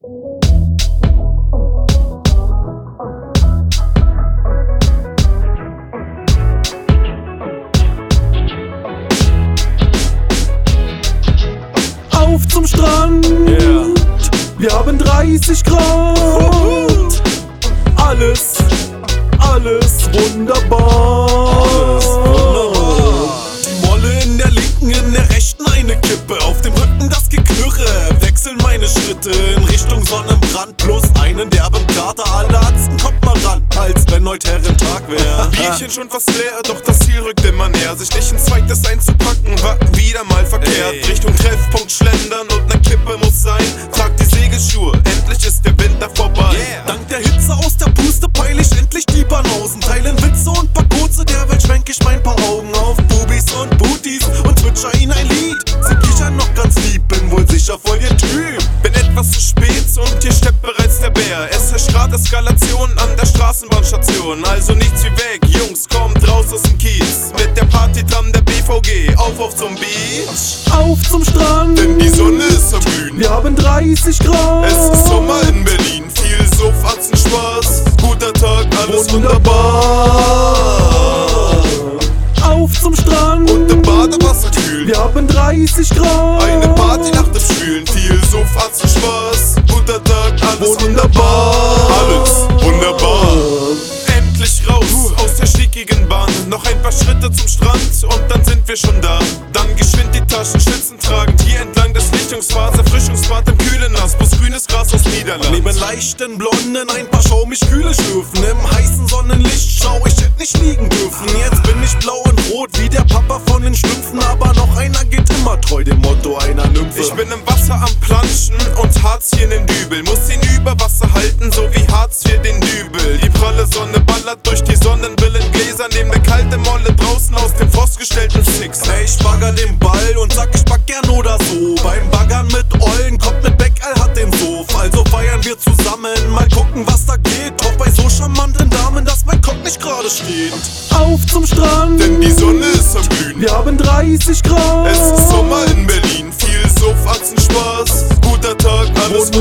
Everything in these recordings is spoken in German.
Auf zum Strand, Yeah. wir haben 30 Grad. Alles wunderbar. Die Molle in der linken, in der rechten eine Kippe. Auf dem Rücken das Geknurre, wechseln meine Schritte in Richtung Sonnenbrand. Plus einen derben Kater, alle Atzen kommt mal ran, als wenn heute Herrentag wär. Bierchen schon fast leer, doch das Ziel rückt immer näher. Sich nicht ein zweites einzupacken, war wieder mal verkehrt. Ey. Richtung Treffpunkt schlendern und ne Kippe muss sein. Trag die Segelschuhe, endlich ist der Winter vorbei. Yeah. Dank der Hitze aus der Puste peil ich endlich die Banausen. Teilen Witze und paar Kurze, derweil schwenk ich mein paar Augen auf Bubis und Booties und twitcher ihnen ein Lied. Sie kichern noch ganz lieb, bin wohl sicher voll ihr Typ. Bin etwas zu spät und hier steppt bereits der Bär. Es herrscht grad Eskalation an der Straßenbahnstation. Also nichts wie weg, Jungs, kommt raus aus dem Kies. Mit der Partytram der BVG, auf zum Beach. Auf zum Strand, Denn die Sonne ist am Glühen. wir haben 30 Grad. Es ist Sommer in Berlin, viel Suff, Atzen, Spaß. Guter Tag, alles wunderbar. Auf zum Strand, Und im Badewasser kühlen. wir haben 30 Grad. Eine Party nach dem Spülen, viel Suff, Atzen, Spaß. Guter Tag, alles wunderbar. Alles wunderbar. Endlich raus aus der stickigen Bahn. Noch ein paar Schritte zum Strand und dann sind wir schon da. Dann geschwind die Taschen, Schützen tragend. Hier entlang des Lichtungspfads, Erfrischungsbad im kühlen Nass. Plus grünes Gras aus Niederland. Neben leichten Blonden ein paar schaumig kühle Schlürfen. Im heißen Sonnenlicht schau, ich hätte nicht liegen dürfen. Jetzt bin ich blau und rot wie der Papa von den Schlümpfen. Aber noch einer geht immer treu dem Motto einer Nymphe. Ich bin im Wasser am Planschen und Hartz IV den Dübel. Muss ihn über Wasser halten, so wie Hartz IV den Dübel. Die pralle Sonne ballert durch die Sonnenbrillengläser. Nehm ne kalte Molle draußen aus dem frostgestellten Six. Ey, ich bagger den Ball und sag, ich back gern oder so. Beim Baggern mit Ollen kommt mit Beckerl hat den Sof. Also feiern wir zusammen, mal gucken was da geht. Doch bei so charmanten Damen, dass mein Kopf nicht gerade steht. Auf zum Strand, Denn die Sonne ist am Glühen. wir haben 30 Grad. Es ist Sommer in Berlin, viel Suff, Atzen, Spaß. Guter Tag, alles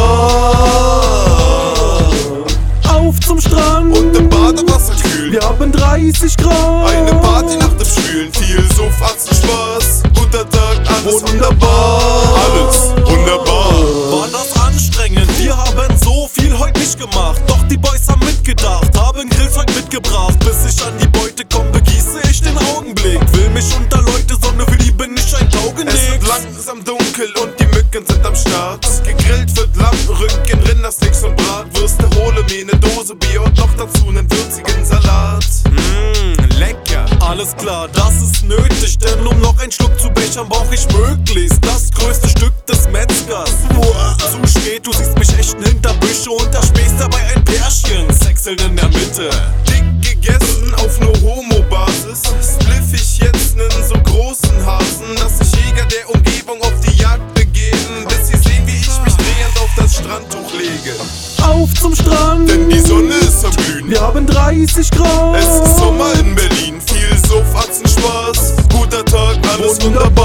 wunderbar. Auf zum Strand, Und im Badewasser kühlen. wir haben 30 Grad. Eine Party nach dem Spülen, viel Suff, Atzen, Spaß. Guter Tag, alles wunderbar. Alles wunderbar. War das anstrengend, wir haben so viel heute nicht gemacht. Doch die Boys haben mitgedacht, haben Grillzeug mitgebracht. Bis ich an die Beute komm, begieße ich den Augenblick. Will mich unter Leute, Sonne für die bin ich ein Es Taugenix. wird langsam dunkel und die Mücken sind am Start. Gegrillt wird Lammrücken, Rindersticks und Bratwürste. Hole mir ne Dose Bier und noch dazu nen würzigen Salat. Lecker, alles klar, das ist nötig. Denn um noch einen Schluck zu bechern, brauch ich möglichst das größte Stück des Metzgers. Zu spät, du siehst mich echt hinter Büsche und da spähst dabei ein Pärchen, sechseln in der Mitte. Dick gegessen auf nur Homo-Basis. Spliff ich jetzt nen so großen Hasen, dass sich Jäger der Umgebung auf die Jagd begeben, bis sie sehen, wie ich mich drehend auf das Strandtuch lege. Auf zum Strand, Denn die Sonne ist am Glühen. wir haben 30 Grad. Es ist Sommer in Berlin, viel Suff, Atzen, Spaß. Guter Tag, alles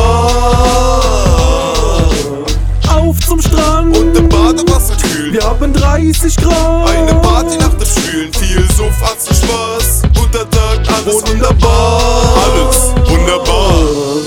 wunderbar. Auf zum Strand, Und im Badewasser kühlen. wir haben 30 Grad. Eine Party nach dem Spülen, viel Suff, Atzen, Spaß. Guter Tag, alles wunderbar. Alles wunderbar.